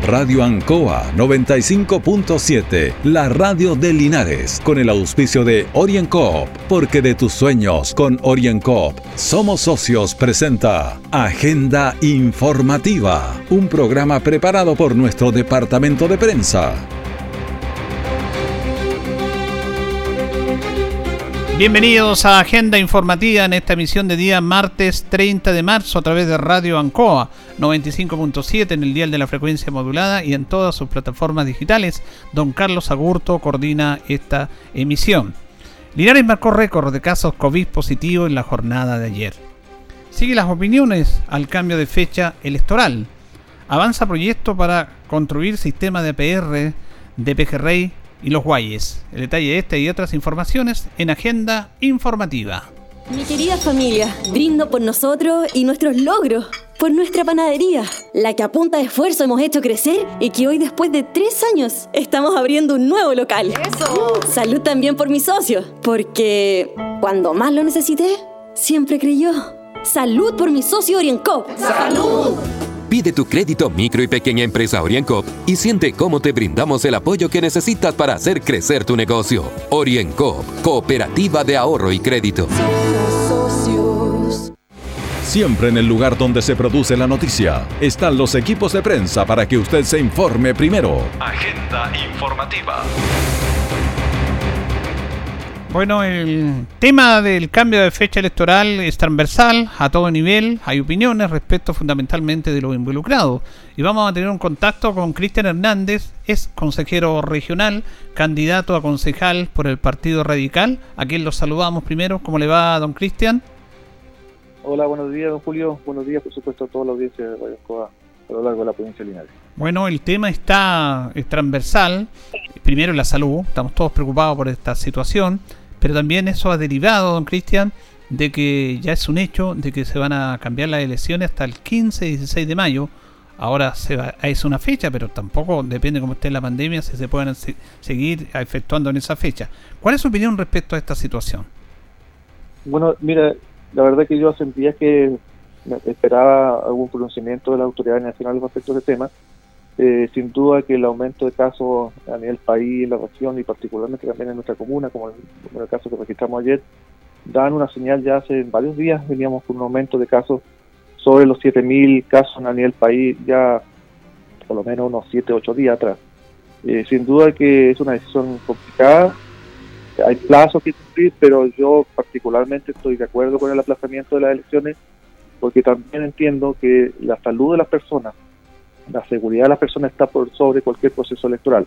Radio Ancoa 95.7, la radio de Linares, con el auspicio de OrienCoop, porque de tus sueños con OrienCoop somos socios, presenta Agenda Informativa, un programa preparado por nuestro departamento de prensa. Bienvenidos a Agenda Informativa en esta emisión de día martes 30 de marzo a través de Radio Ancoa 95.7 en el dial de la frecuencia modulada y en todas sus plataformas digitales. Don Carlos Agurto coordina esta emisión. Linares marcó récord de casos COVID positivos en la jornada de ayer. Sigue las opiniones al cambio de fecha electoral. Avanza proyecto para construir sistema de APR de Pejerrey y Los Guayes. El detalle de esta y otras informaciones en Agenda Informativa. Mi querida familia, brindo por nosotros y nuestros logros, por nuestra panadería, la que a punta de esfuerzo hemos hecho crecer y que hoy, después de 3 años, estamos abriendo un nuevo local. ¡Eso! Salud también por mis socios, porque cuando más lo necesité, siempre creyó. Salud por mi socio OrienCoop. ¡Salud! Pide tu crédito micro y pequeña empresa OrienCoop y siente cómo te brindamos el apoyo que necesitas para hacer crecer tu negocio. OrienCoop, cooperativa de ahorro y crédito. Siempre en el lugar donde se produce la noticia están los equipos de prensa para que usted se informe primero. Agenda Informativa. Bueno, el tema del cambio de fecha electoral es transversal, a todo nivel. Hay opiniones respecto fundamentalmente de los involucrados. Y vamos a tener un contacto con Cristian Hernández, es consejero regional, candidato a concejal por el Partido Radical, a quien los saludamos primero. ¿Cómo le va, don Cristian? Hola, buenos días, don Julio. Buenos días, por supuesto, a toda la audiencia de Radio Ancoa a lo largo de la provincia de Linares. Bueno, el tema es transversal. Primero, la salud. Estamos todos preocupados por esta situación. Pero también eso ha derivado, don Cristian, de que ya es un hecho de que se van a cambiar las elecciones hasta el 15 y 16 de mayo. Ahora es una fecha, pero tampoco depende cómo esté la pandemia, si se pueden seguir efectuando en esa fecha. ¿Cuál es su opinión respecto a esta situación? Bueno, mira, la verdad que yo sentía que esperaba algún pronunciamiento de las autoridades nacionales respecto a este tema. Sin duda que el aumento de casos a nivel país, en la región y particularmente también en nuestra comuna, como en el caso que registramos ayer, dan una señal. Ya hace varios días veníamos con un aumento de casos sobre los 7.000 casos a nivel país, ya por lo menos unos 7 o 8 días atrás. Sin duda que es una decisión complicada, hay plazos que cumplir, pero yo particularmente estoy de acuerdo con el aplazamiento de las elecciones, porque también entiendo que la salud de las personas, la seguridad de las personas está por sobre cualquier proceso electoral.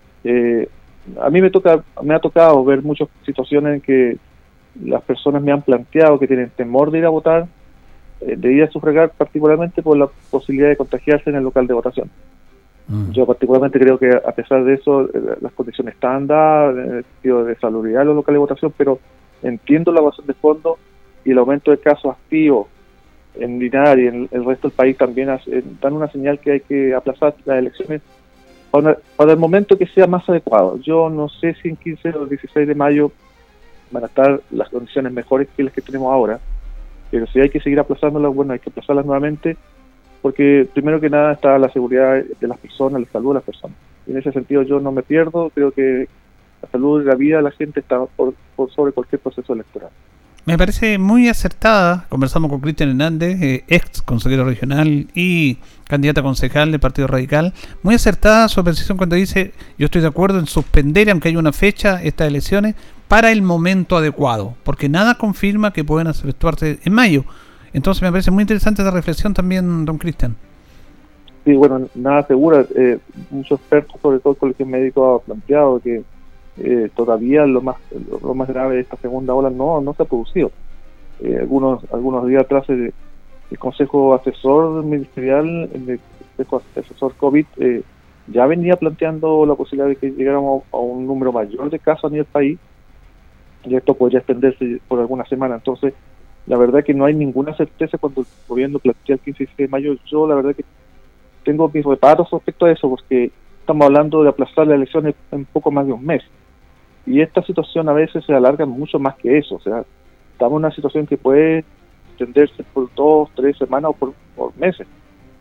A mí me ha tocado ver muchas situaciones en que las personas me han planteado que tienen temor de ir a votar, de ir a sufragar, particularmente por la posibilidad de contagiarse en el local de votación. Yo particularmente creo que a pesar de eso las condiciones están dadas en el sentido de salubridad de los locales de votación, pero entiendo la razón de fondo y el aumento de casos activos en Linares y en el resto del país también dan una señal que hay que aplazar las elecciones para el momento que sea más adecuado. Yo no sé si en 15 o 16 de mayo van a estar las condiciones mejores que las que tenemos ahora, pero si hay que seguir aplazándolas, bueno, hay que aplazarlas nuevamente, porque primero que nada está la seguridad de las personas, la salud de las personas. Y en ese sentido yo no me pierdo, creo que la salud y la vida de la gente está por sobre cualquier proceso electoral. Me parece muy acertada. Conversamos con Cristian Hernández, ex consejero regional y candidato a concejal del Partido Radical. Muy acertada su precisión cuando dice: yo estoy de acuerdo en suspender, aunque haya una fecha, estas elecciones para el momento adecuado, porque nada confirma que puedan efectuarse en mayo. Entonces me parece muy interesante esa reflexión también, don Cristian. Sí, bueno, nada segura. Muchos expertos, sobre todo el Colegio Médico, ha planteado que todavía lo más grave de esta segunda ola no se ha producido. Algunos días atrás el Consejo Asesor Ministerial, el Consejo Asesor COVID, ya venía planteando la posibilidad de que llegáramos a un número mayor de casos a nivel país, y esto podría extenderse por algunas semanas. Entonces, la verdad que no hay ninguna certeza cuando el gobierno plantea el 15 y 16 de mayo. Yo la verdad que tengo mis reparos respecto a eso, porque estamos hablando de aplazar las elecciones en poco más de un mes. Y esta situación a veces se alarga mucho más que eso. O sea, estamos en una situación que puede extenderse por 2, 3 semanas o por meses.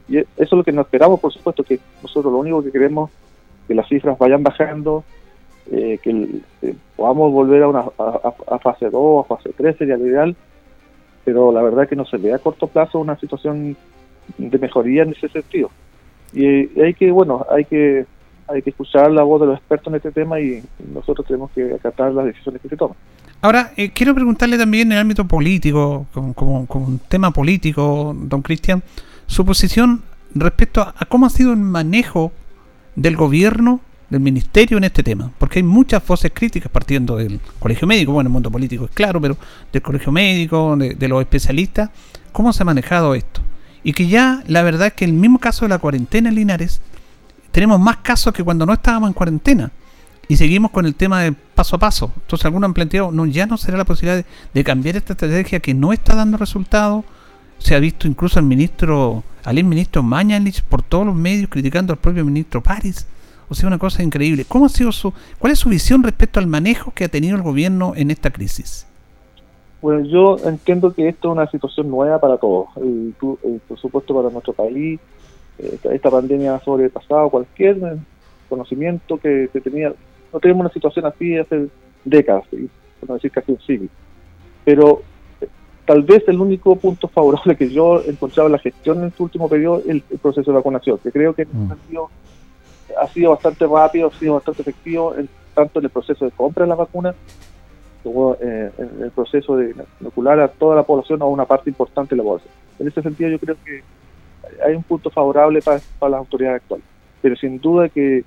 Y eso es lo que nos esperamos, por supuesto, que nosotros lo único que queremos que las cifras vayan bajando, que podamos volver a fase 2, a fase 3 sería lo ideal, pero la verdad es que no se ve a corto plazo una situación de mejoría en ese sentido. Y hay que escuchar la voz de los expertos en este tema y nosotros tenemos que acatar las decisiones que se toman. Ahora, quiero preguntarle también en el ámbito político, como un tema político, don Cristian, su posición respecto a cómo ha sido el manejo del gobierno, del ministerio en este tema, porque hay muchas voces críticas partiendo del colegio médico, bueno, el mundo político es claro, pero del colegio médico, de los especialistas, cómo se ha manejado esto. Y que ya la verdad es que el mismo caso de la cuarentena en Linares, tenemos más casos que cuando no estábamos en cuarentena. Y seguimos con el tema de paso a paso. Entonces algunos han planteado, ya no será la posibilidad de cambiar esta estrategia que no está dando resultados. Se ha visto incluso al ministro Mañalich por todos los medios criticando al propio ministro París. O sea, una cosa increíble. ¿Cuál es su visión respecto al manejo que ha tenido el gobierno en esta crisis? Bueno, yo entiendo que esto es una situación nueva para todos. Por supuesto para nuestro país. Esta pandemia ha sobrepasado cualquier conocimiento que se tenía. No tenemos una situación así hace décadas, por no decir casi un siglo. Pero tal vez el único punto favorable que yo he encontrado en la gestión en este último periodo es el proceso de vacunación, que creo que en ese sentido ha sido bastante rápido, ha sido bastante efectivo, tanto en el proceso de compra de la vacuna como en el proceso de inocular a toda la población o a una parte importante de la población. En ese sentido yo creo que hay un punto favorable para las autoridades actuales. Pero sin duda que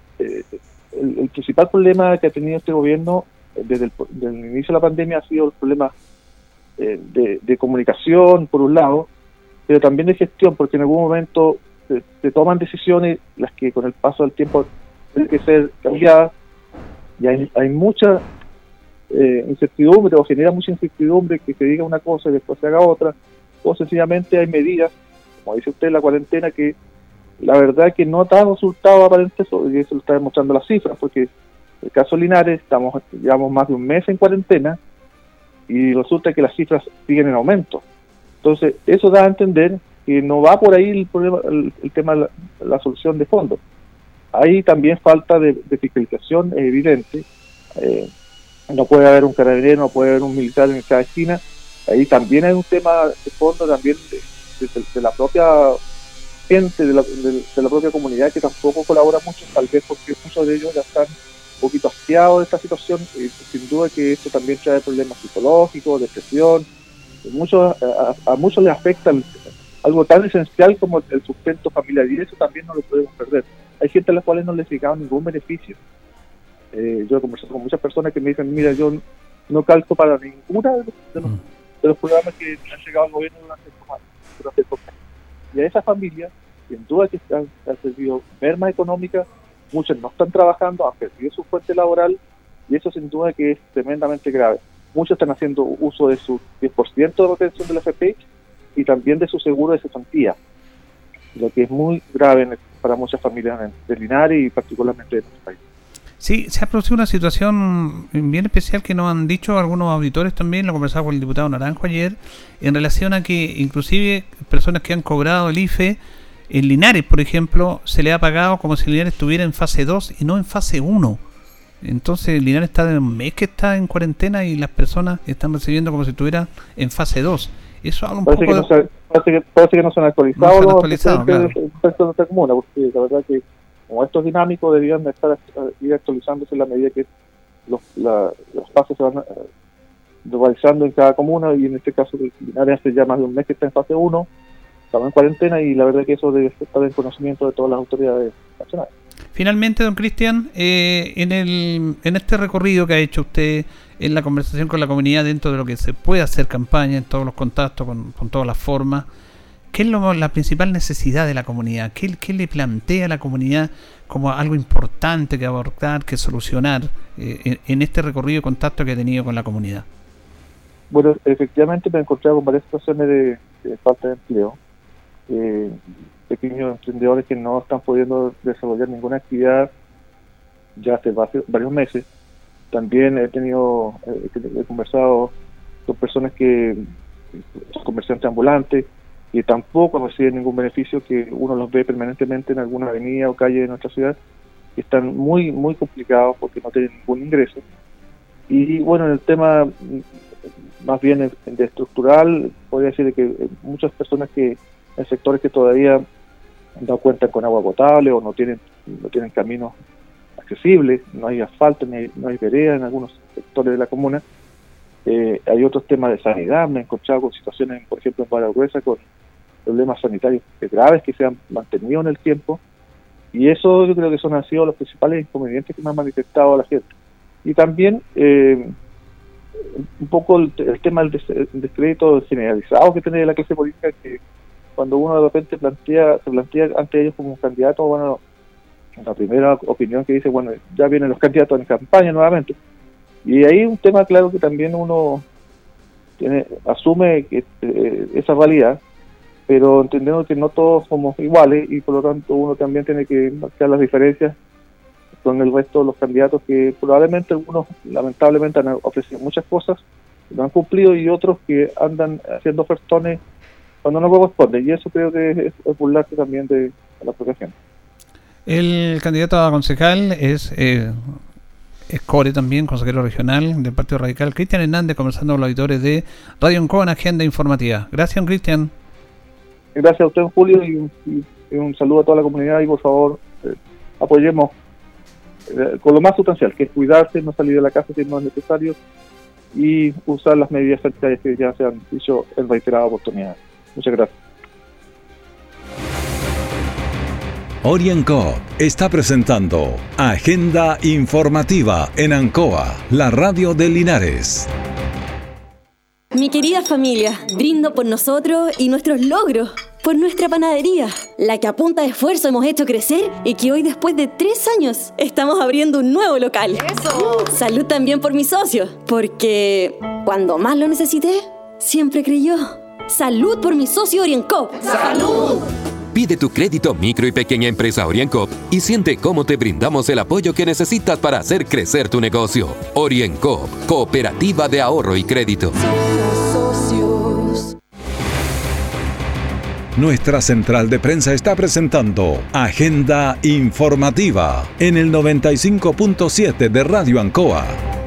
el principal problema que ha tenido este gobierno desde el inicio de la pandemia ha sido el problema de comunicación, por un lado, pero también de gestión, porque en algún momento se toman decisiones las que con el paso del tiempo tienen que ser cambiadas, y hay mucha incertidumbre, o genera mucha incertidumbre que se diga una cosa y después se haga otra, o sencillamente hay medidas, como dice usted, la cuarentena, que la verdad que no da resultado aparente, y eso lo está demostrando las cifras, porque el caso Linares, llevamos más de un mes en cuarentena y resulta que las cifras siguen en aumento. Entonces, eso da a entender que no va por ahí el problema, el tema de la solución de fondo. Hay también falta de fiscalización, es evidente. No puede haber un carabinero, no puede haber un militar en cada esquina. Ahí también hay un tema de fondo también de la propia gente, de la propia comunidad, que tampoco colabora mucho, tal vez porque muchos de ellos ya están un poquito hastiados de esta situación. Sin duda que esto también trae problemas psicológicos, depresión. A muchos les afecta algo tan esencial como el sustento familiar, y eso también no lo podemos perder. Hay gente a las cuales no les llegaba ningún beneficio. Yo he conversado con muchas personas que me dicen, mira, yo no calzo para ninguna de los programas que han llegado al gobierno durante estos años. Y a esas familias, sin duda que han recibido mermas económicas, muchos no están trabajando, han perdido su fuente laboral, y eso sin duda que es tremendamente grave. Muchos están haciendo uso de su 10% de retención de la FP y también de su seguro de cesantía, lo que es muy grave para muchas familias de Linares y particularmente de nuestro país. Sí, se ha producido una situación bien especial que nos han dicho algunos auditores también, lo conversaba con el diputado Naranjo ayer, en relación a que inclusive personas que han cobrado el IFE, en Linares, por ejemplo, se le ha pagado como si Linares estuviera en fase 2 y no en fase 1. Entonces Linares está de un mes que está en cuarentena y las personas están recibiendo como si estuviera en fase 2. Eso habla un parece poco parece que no se han actualizado los claro. De nuestra comuna, porque la verdad que como esto es dinámico, deberían ir actualizándose en la medida que los pasos se van realizando en cada comuna, y en este caso Linares hace ya más de un mes que está en fase 1, estamos en cuarentena, y la verdad que eso debe estar en conocimiento de todas las autoridades nacionales. Finalmente, don Cristian, en este recorrido que ha hecho usted en la conversación con la comunidad, dentro de lo que se puede hacer campaña, en todos los contactos, con todas las formas, ¿qué es la principal necesidad de la comunidad? ¿Qué le plantea a la comunidad como algo importante que abordar, que solucionar en este recorrido de contacto que ha tenido con la comunidad? Bueno, efectivamente me he encontrado con varias situaciones de falta de empleo. Pequeños emprendedores que no están pudiendo desarrollar ninguna actividad ya hace varios meses. También he conversado con personas que son comerciantes ambulantes, que tampoco reciben ningún beneficio, que uno los ve permanentemente en alguna avenida o calle de nuestra ciudad, que están muy, muy complicados porque no tienen ningún ingreso. Y bueno, en el tema más bien de estructural, podría decir que muchas personas que en sectores que todavía no cuentan con agua potable o no tienen caminos accesibles, no hay asfalto, no hay veredas en algunos sectores de la comuna. Hay otros temas de sanidad. Me he encontrado con situaciones, por ejemplo, en Vara Gruesa, con problemas sanitarios graves que se han mantenido en el tiempo, y eso yo creo que han sido los principales inconvenientes que me han manifestado la gente. Y también un poco el tema del descrédito generalizado que tiene la clase política, que cuando uno de repente se plantea ante ellos como un candidato, bueno, la primera opinión que dice, bueno, ya vienen los candidatos en campaña nuevamente. Y ahí un tema claro que también uno asume que esa realidad, pero entendiendo que no todos somos iguales y por lo tanto uno también tiene que marcar las diferencias con el resto de los candidatos, que probablemente algunos lamentablemente han ofrecido muchas cosas, no han cumplido, y otros que andan haciendo ofertones cuando no corresponde, y eso creo que es burlarse también de la propia gente. El candidato a concejal es Core también, consejero regional del Partido Radical, Cristian Hernández, conversando con los auditores de Radio Ancoa en Agenda Informativa. Gracias, Cristian. Gracias a usted, Julio, y un saludo a toda la comunidad, y por favor apoyemos con lo más sustancial, que es cuidarse, no salir de la casa si no es necesario, y usar las medidas sanitarias que ya se han dicho en reiteradas oportunidades. Muchas gracias. ORIENCOP está presentando Agenda Informativa en Ancoa, la radio de Linares. Mi querida familia, brindo por nosotros y nuestros logros, por nuestra panadería, la que a punta de esfuerzo hemos hecho crecer y que hoy, después de 3 años, estamos abriendo un nuevo local. ¡Eso! Salud también por mis socios, porque cuando más lo necesité, siempre creyó. Salud por mi socio ORIENCOP. ¡Salud! Pide tu crédito micro y pequeña empresa ORIENCOP y siente cómo te brindamos el apoyo que necesitas para hacer crecer tu negocio. ORIENCOP, Cooperativa de Ahorro y Crédito. Nuestra central de prensa está presentando Agenda Informativa en el 95.7 de Radio Ancoa.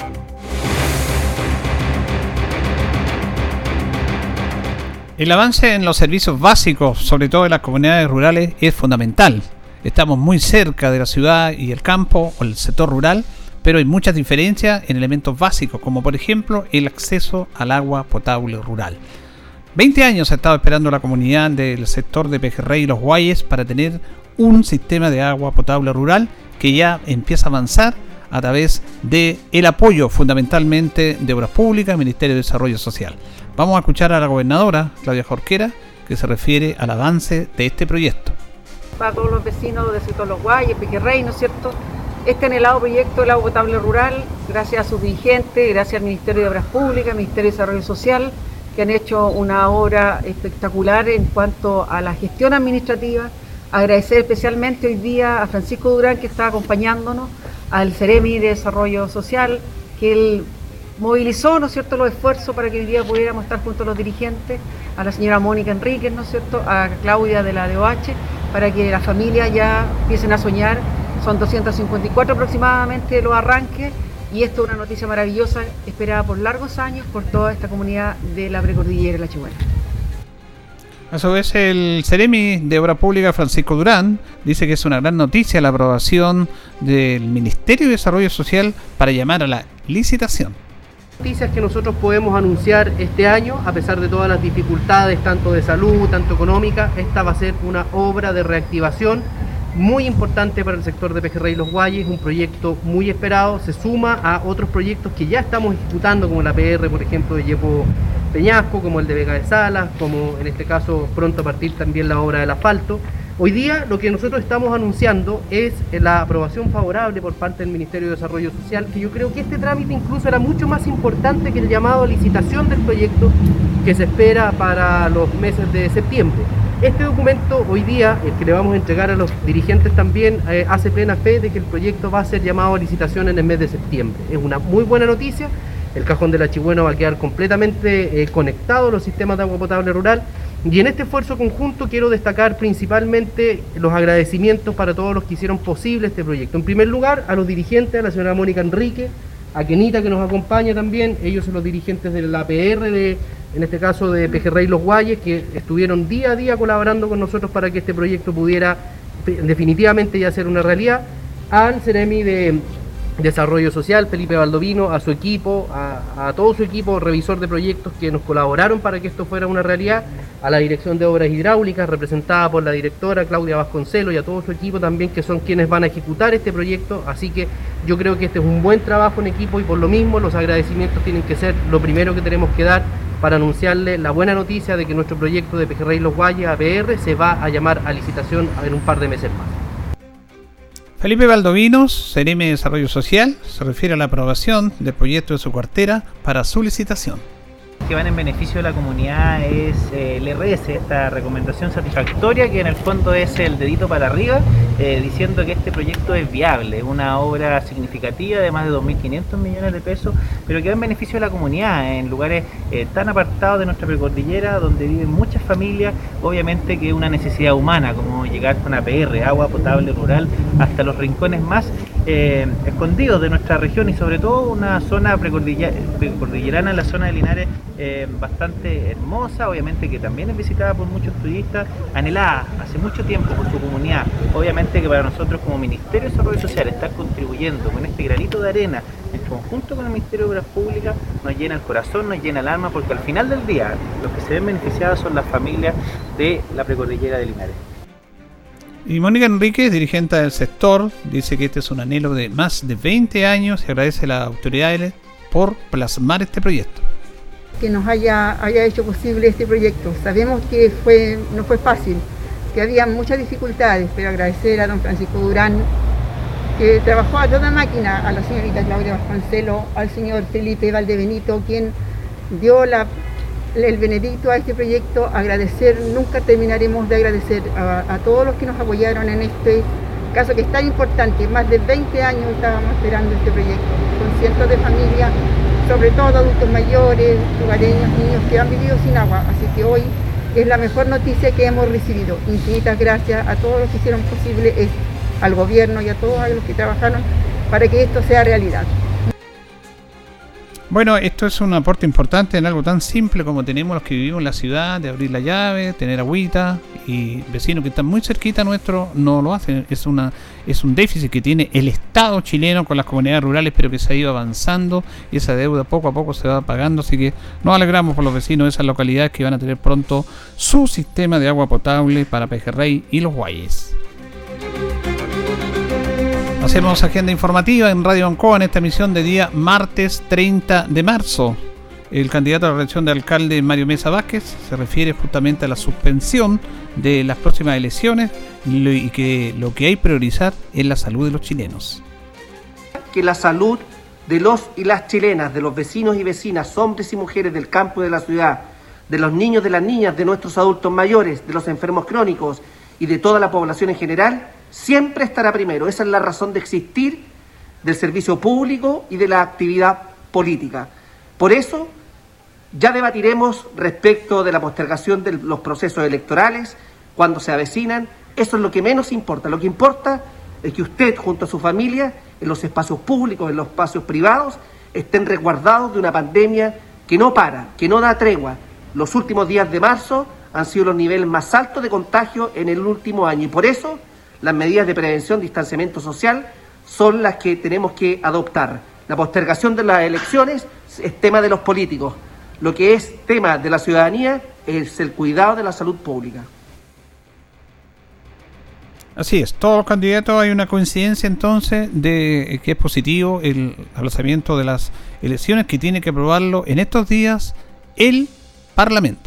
El avance en los servicios básicos, sobre todo en las comunidades rurales, es fundamental. Estamos muy cerca de la ciudad y el campo o el sector rural, pero hay muchas diferencias en elementos básicos, como por ejemplo el acceso al agua potable rural. 20 años ha estado esperando la comunidad del sector de Pejerrey y Los Guayes para tener un sistema de agua potable rural que ya empieza a avanzar a través del apoyo fundamentalmente de Obras Públicas, Ministerio de Desarrollo Social. Vamos a escuchar a la gobernadora, Claudia Jorquera, que se refiere al avance de este proyecto. Para todos los vecinos del sector Los Guayes, Pejerrey, ¿no es cierto? Este anhelado proyecto del agua potable rural, gracias a sus dirigentes, gracias al Ministerio de Obras Públicas, Ministerio de Desarrollo Social, que han hecho una obra espectacular en cuanto a la gestión administrativa. Agradecer especialmente hoy día a Francisco Durán, que está acompañándonos, al Ceremi de Desarrollo Social, que él movilizó, ¿no es cierto?, los esfuerzos para que hoy día pudiéramos estar junto a los dirigentes, a la señora Mónica Enríquez, ¿no es cierto?, a Claudia de la DOH, para que las familias ya empiecen a soñar. Son 254 aproximadamente los arranques, y esto es una noticia maravillosa, esperada por largos años por toda esta comunidad de la precordillera de la Chihuahua. A su vez, el Ceremi de Obra Pública, Francisco Durán, dice que es una gran noticia la aprobación del Ministerio de Desarrollo Social para llamar a la licitación. Noticias que nosotros podemos anunciar este año, a pesar de todas las dificultades, tanto de salud, tanto económica. Esta va a ser una obra de reactivación muy importante para el sector de Pejerrey y Los Guayes, un proyecto muy esperado, se suma a otros proyectos que ya estamos ejecutando, como la PR, por ejemplo, de Yepo Peñasco, como el de Vega de Salas, como en este caso pronto a partir también la obra del asfalto. Hoy día lo que nosotros estamos anunciando es la aprobación favorable por parte del Ministerio de Desarrollo Social, que yo creo que este trámite incluso era mucho más importante que el llamado a licitación del proyecto que se espera para los meses de septiembre. Este documento hoy día, el que le vamos a entregar a los dirigentes también, hace plena fe de que el proyecto va a ser llamado a licitación en el mes de septiembre. Es una muy buena noticia. El cajón de la Chihuahua va a quedar completamente conectado a los sistemas de agua potable rural, Y en este esfuerzo conjunto quiero destacar principalmente los agradecimientos para todos los que hicieron posible este proyecto. En primer lugar, a los dirigentes, a la señora Mónica Enrique, a Kenita, que nos acompaña también. Ellos son los dirigentes de la APR, en este caso de Pejerrey Los Guayes, que estuvieron día a día colaborando con nosotros para que este proyecto pudiera definitivamente ya ser una realidad. Al Ceremi de Desarrollo Social, Felipe Baldovino, a su equipo, a todo su equipo revisor de proyectos que nos colaboraron para que esto fuera una realidad, a la Dirección de Obras Hidráulicas, representada por la directora Claudia Vasconcelos, y a todo su equipo también, que son quienes van a ejecutar este proyecto. Así que yo creo que este es un buen trabajo en equipo, y por lo mismo los agradecimientos tienen que ser lo primero que tenemos que dar para anunciarle la buena noticia de que nuestro proyecto de Pejerrey Los Guayes APR se va a llamar a licitación en un par de meses más. Felipe Baldovinos, Ceremi de Desarrollo Social, se refiere a la aprobación del proyecto de su cartera para su licitación. Que van en beneficio de la comunidad es el RS, esta recomendación satisfactoria, que en el fondo es el dedito para arriba, diciendo que este proyecto es viable, una obra significativa de más de 2.500 millones de pesos, pero que va en beneficio de la comunidad, en lugares tan apartados de nuestra precordillera, donde viven muchas familias. Obviamente que es una necesidad humana, como llegar con APR, agua potable rural, hasta los rincones más escondidos de nuestra región, y sobre todo una zona precordillerana, en la zona de Linares, bastante hermosa, obviamente que también es visitada por muchos turistas, anhelada hace mucho tiempo por su comunidad. Obviamente que para nosotros como Ministerio de Desarrollo Social estar contribuyendo con este granito de arena en conjunto con el Ministerio de Obras Públicas nos llena el corazón, nos llena el alma, porque al final del día los que se ven beneficiados son las familias de la precordillera de Linares. Y Mónica Enríquez, dirigente del sector, dice que este es un anhelo de más de 20 años y agradece a las autoridades por plasmar este proyecto. Que nos haya hecho posible este proyecto. Sabemos que no fue fácil, que había muchas dificultades, pero agradecer a don Francisco Durán, que trabajó a toda máquina, a la señorita Claudia Vasconcelos, al señor Felipe Valdebenito, quien dio el benedicto a este proyecto. Agradecer, nunca terminaremos de agradecer a todos los que nos apoyaron en este caso que es tan importante. Más de 20 años estábamos esperando este proyecto, con cientos de familias, sobre todo adultos mayores, lugareños, niños que han vivido sin agua. Así que hoy es la mejor noticia que hemos recibido. Infinitas gracias a todos los que hicieron posible esto, al gobierno y a todos los que trabajaron para que esto sea realidad. Bueno, esto es un aporte importante en algo tan simple como tenemos los que vivimos en la ciudad, de abrir la llave, tener agüita, y vecinos que están muy cerquita nuestro no lo hacen. Es un déficit que tiene el Estado chileno con las comunidades rurales, pero que se ha ido avanzando, y esa deuda poco a poco se va pagando. Así que nos alegramos por los vecinos de esas localidades que van a tener pronto su sistema de agua potable para Pejerrey y Los Guayes. Hacemos agenda informativa en Radio Ancoa en esta emisión de día martes 30 de marzo. El candidato a la reelección de alcalde Mario Mesa Vázquez se refiere justamente a la suspensión de las próximas elecciones y que lo que hay que priorizar es la salud de los chilenos. Que la salud de los y las chilenas, de los vecinos y vecinas, hombres y mujeres del campo y de la ciudad, de los niños, de las niñas, de nuestros adultos mayores, de los enfermos crónicos y de toda la población en general, siempre estará primero. Esa es la razón de existir del servicio público y de la actividad política. Por eso, ya debatiremos respecto de la postergación de los procesos electorales cuando se avecinan. Eso es lo que menos importa. Lo que importa es que usted, junto a su familia, en los espacios públicos, en los espacios privados, estén resguardados de una pandemia que no para, que no da tregua. Los últimos días de marzo han sido los niveles más altos de contagio en el último año, y por eso las medidas de prevención, distanciamiento social, son las que tenemos que adoptar. La postergación de las elecciones es tema de los políticos. Lo que es tema de la ciudadanía es el cuidado de la salud pública. Así es, todos los candidatos hay una coincidencia entonces de que es positivo el aplazamiento de las elecciones, que tiene que aprobarlo en estos días el Parlamento.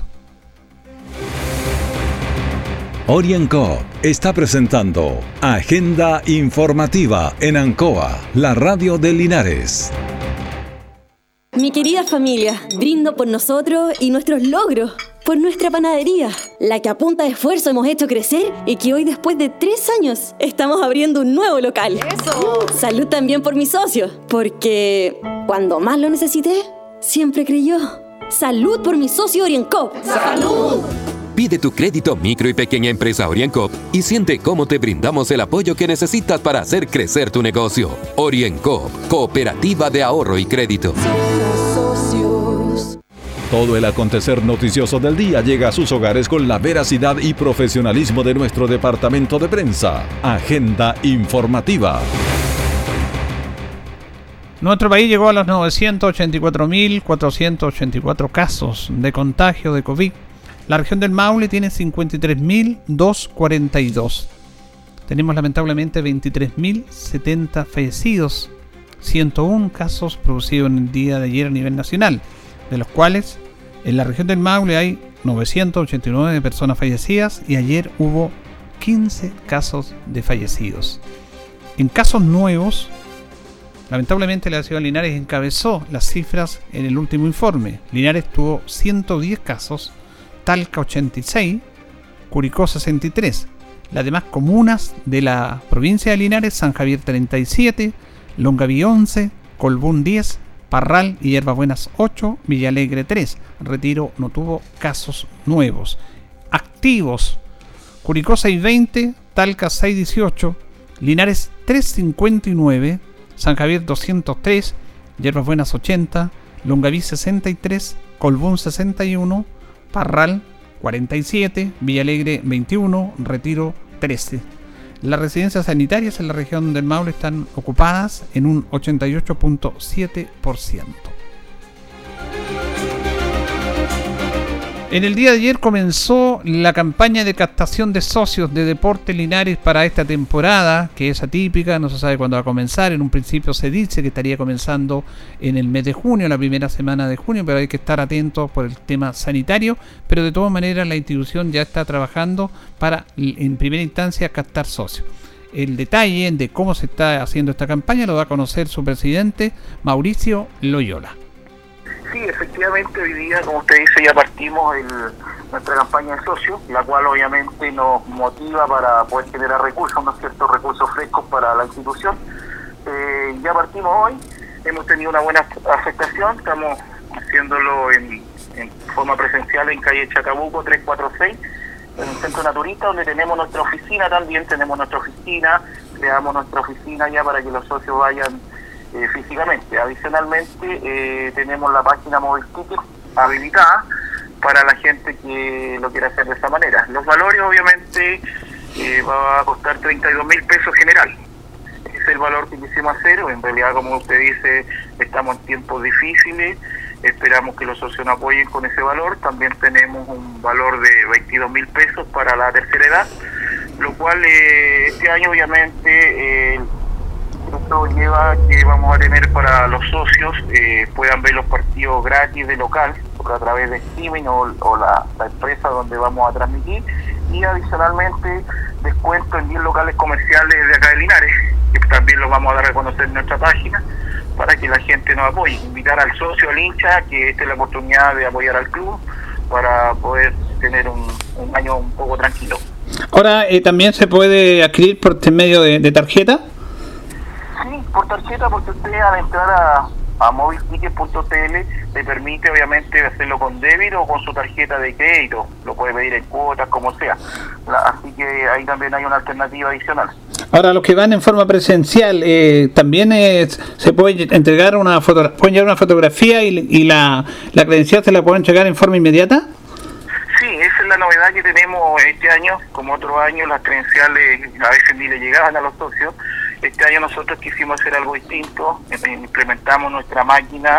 OrienCoop está presentando Agenda Informativa en Ancoa, la radio de Linares. Mi querida familia, brindo por nosotros y nuestros logros, por nuestra panadería, la que a punta de esfuerzo hemos hecho crecer y que hoy, después de 3 años, estamos abriendo un nuevo local. ¡Eso! Salud también por mis socios, porque cuando más lo necesité, siempre creyó. Salud por mi socio OrienCoop. ¡Salud! Pide tu crédito micro y pequeña empresa OrienCoop y siente cómo te brindamos el apoyo que necesitas para hacer crecer tu negocio. OrienCoop, Cooperativa de Ahorro y Crédito. Todo el acontecer noticioso del día llega a sus hogares con la veracidad y profesionalismo de nuestro departamento de prensa. Agenda informativa. Nuestro país llegó a los 984.484 casos de contagio de COVID. La región del Maule tiene 53.242. Tenemos lamentablemente 23.070 fallecidos, 101 casos producidos en el día de ayer a nivel nacional, de los cuales en la región del Maule hay 989 personas fallecidas y ayer hubo 15 casos de fallecidos. En casos nuevos, lamentablemente la ciudad de Linares encabezó las cifras en el último informe. Linares tuvo 110 casos, Talca 86, Curicó 63. Las demás comunas de la provincia de Linares, San Javier 37, Longaví 11, Colbún 10, Parral y Hierbas Buenas 8, Villalegre 3. Retiro no tuvo casos nuevos. Activos: Curicó 620, Talca 618, Linares 359, San Javier 203, Hierbas Buenas 80, Longaví 63, Colbún 61, Parral 47, Villalegre 21, Retiro 13. Las residencias sanitarias en la región del Maule están ocupadas en un 88.7%. En el día de ayer comenzó la campaña de captación de socios de Deportes Linares para esta temporada, que es atípica, no se sabe cuándo va a comenzar. En un principio se dice que estaría comenzando en el mes de junio, la primera semana de junio, pero hay que estar atentos por el tema sanitario. Pero de todas maneras la institución ya está trabajando para, en primera instancia, captar socios. El detalle de cómo se está haciendo esta campaña lo va a conocer su presidente, Mauricio Loyola. Sí, efectivamente, hoy día, como usted dice, ya partimos nuestra campaña de socios, la cual obviamente nos motiva para poder generar recursos, ¿no es cierto?, recursos frescos para la institución. Ya partimos hoy, hemos tenido una buena aceptación, estamos haciéndolo en forma presencial en calle Chacabuco 346, en el Centro Naturista, donde tenemos nuestra oficina también, creamos nuestra oficina ya para que los socios vayan físicamente. Adicionalmente tenemos la página Mobile Ticket habilitada para la gente que lo quiera hacer de esa manera. Los valores obviamente va a costar 32.000 pesos general. Ese es el valor que quisimos hacer. En realidad, como usted dice, estamos en tiempos difíciles, esperamos que los socios nos apoyen con ese valor. También tenemos un valor de 22.000 pesos para la tercera edad, lo cual este año obviamente esto lleva que vamos a tener para los socios puedan ver los partidos gratis de local a través de streaming o la empresa donde vamos a transmitir, y adicionalmente descuento en 10 locales comerciales de acá de Linares, que también los vamos a dar a conocer en nuestra página para que la gente nos apoye. Invitar al socio, al hincha, que esta es la oportunidad de apoyar al club para poder tener un año un poco tranquilo. Ahora también se puede adquirir por medio de tarjeta. Sí, por tarjeta, porque usted al entrar a movileticket.tl le permite obviamente hacerlo con débito o con su tarjeta de crédito, lo puede pedir en cuotas, como sea. Así que ahí también hay una alternativa adicional. Ahora, los que van en forma presencial, también se puede entregar pueden llevar una fotografía y la credencial se la pueden entregar en forma inmediata. Sí, esa es la novedad que tenemos este año. Como otros años, las credenciales a veces ni le llegaban a los socios. Este año nosotros quisimos hacer algo distinto, implementamos nuestra máquina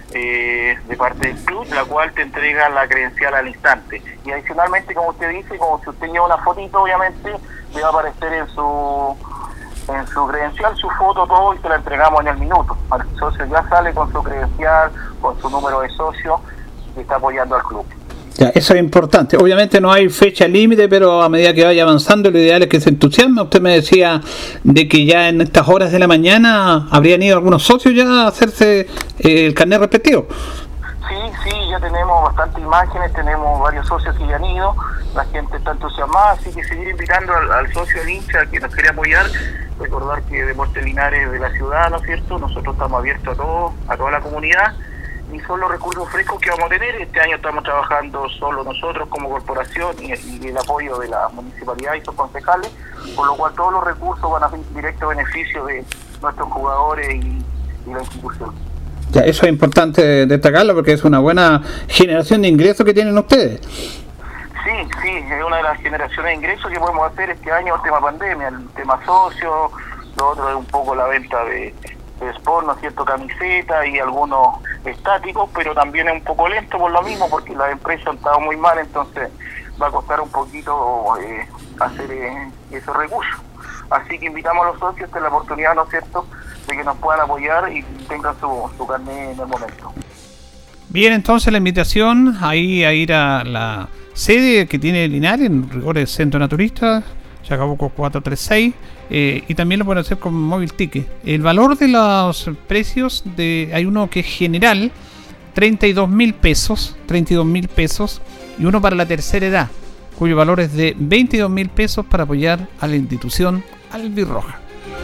de parte del club, la cual te entrega la credencial al instante. Y adicionalmente, como usted dice, como si usted lleva una fotito, obviamente le va a aparecer en su credencial su foto, todo, y se la entregamos en el minuto. El socio ya sale con su credencial, con su número de socio, que está apoyando al club. Ya, eso es importante. Obviamente no hay fecha límite, pero a medida que vaya avanzando, lo ideal es que se entusiasme. Usted me decía de que ya en estas horas de la mañana habrían ido algunos socios ya a hacerse el carnet respectivo. Sí, ya tenemos bastantes imágenes, tenemos varios socios que ya han ido, la gente está entusiasmada, así que seguir invitando al socio, al hincha que nos quiere apoyar. Recordar que Deportes Linares de la ciudad, ¿no es cierto? Nosotros estamos abiertos a toda la comunidad, y son los recursos frescos que vamos a tener. Este año estamos trabajando solo nosotros como corporación y el apoyo de la municipalidad y sus concejales, por lo cual todos los recursos van a ser directo beneficio de nuestros jugadores y la institución. Ya, eso es importante destacarlo porque es una buena generación de ingresos que tienen ustedes. Sí, es una de las generaciones de ingresos que podemos hacer este año, el tema pandemia, el tema socio, lo otro es un poco la venta de sport, ¿no es cierto?, camiseta y algunos estáticos, pero también es un poco lento por lo mismo, porque las empresas han estado muy mal, entonces va a costar un poquito hacer esos recursos. Así que invitamos a los socios, esta es la oportunidad, ¿no es cierto?, de que nos puedan apoyar y tengan su carnet en el momento. Bien, entonces la invitación ahí a ir a la sede que tiene Linares, en rigor el Centro Naturista, Chacabuco 436, y también lo pueden hacer con móvil ticket. El valor de los precios, hay uno que es general, 32.000 pesos, y uno para la tercera edad, cuyo valor es de 22.000 pesos para apoyar a la institución albirroja.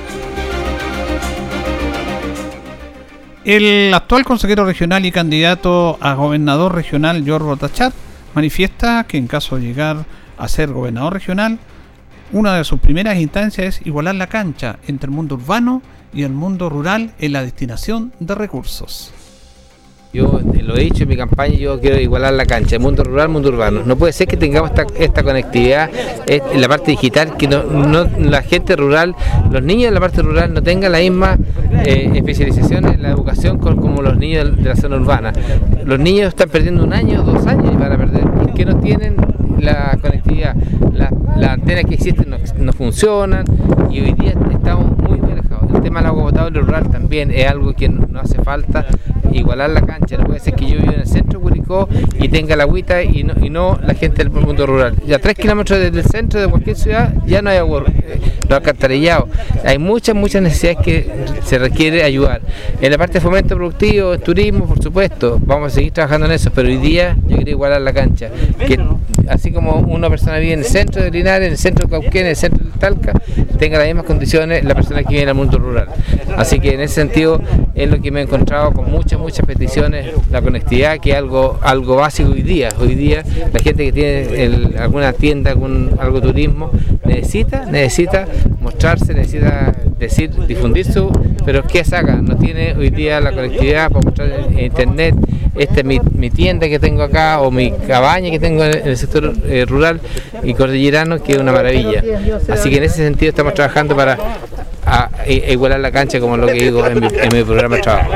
El actual consejero regional y candidato a gobernador regional, George Botachat, manifiesta que en caso de llegar a ser gobernador regional, una de sus primeras instancias es igualar la cancha entre el mundo urbano y el mundo rural en la destinación de recursos. Yo lo he dicho en mi campaña, yo quiero igualar la cancha, el mundo rural, mundo urbano. No puede ser que tengamos esta conectividad en la parte digital, que no la gente rural, los niños de la parte rural no tengan la misma especialización en la educación como los niños de la zona urbana. Los niños están perdiendo 1 año, 2 años y van a perder, porque no tienen la conectividad. Las antenas que existen no funcionan y hoy día estamos muy alejados. El tema del agua potable rural también es algo que no hace falta. Igualar la cancha, no puede ser que yo viva en el centro de Curicó y tenga la agüita y no la gente del mundo rural. Ya 3 kilómetros desde el centro de cualquier ciudad ya no hay agua, los alcantarillados. Hay muchas necesidades que se requiere ayudar. En la parte de fomento productivo, en turismo, por supuesto, vamos a seguir trabajando en eso, pero hoy día yo quiero igualar la cancha. Que así como una persona vive en el centro de Linares, en el centro de Cauquén, en el centro de Talca, tenga las mismas condiciones la persona que vive en el mundo rural. Así que en ese sentido es lo que me he encontrado con muchas peticiones, la conectividad, que es algo básico hoy día. Hoy día la gente que tiene alguna tienda, algo de turismo, necesita mostrarse, necesita difundir pero ¿qué saca? No tiene hoy día la conectividad para mostrar en internet. Esta es mi tienda que tengo acá, o mi cabaña que tengo en el sector rural y cordillerano, que es una maravilla. Así que en ese sentido estamos trabajando para igualar la cancha, como lo que digo en mi programa de trabajo.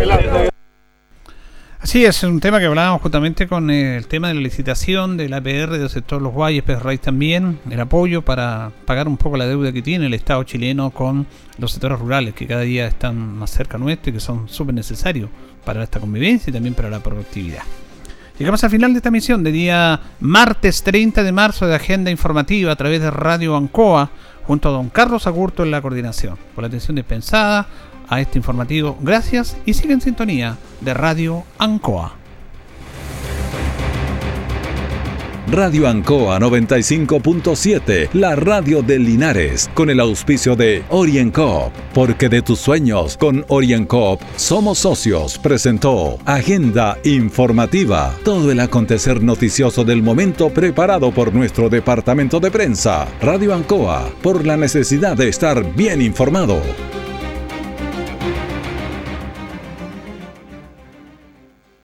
Así es, un tema que hablábamos justamente con el tema de la licitación de la APR del sector Los Guayes, Pejerrey también, el apoyo para pagar un poco la deuda que tiene el Estado chileno con los sectores rurales, que cada día están más cerca nuestro y que son súper necesarios para esta convivencia y también para la productividad. Llegamos al final de esta emisión de día martes 30 de marzo de Agenda Informativa a través de Radio Ancoa, junto a don Carlos Agurto en la coordinación. Por la atención dispensada a este informativo, gracias y sigue en sintonía de Radio Ancoa. Radio Ancoa 95.7, la radio de Linares, con el auspicio de OrienCoop, porque de tus sueños con OrienCoop somos socios, presentó Agenda Informativa, todo el acontecer noticioso del momento preparado por nuestro departamento de prensa. Radio Ancoa, por la necesidad de estar bien informado.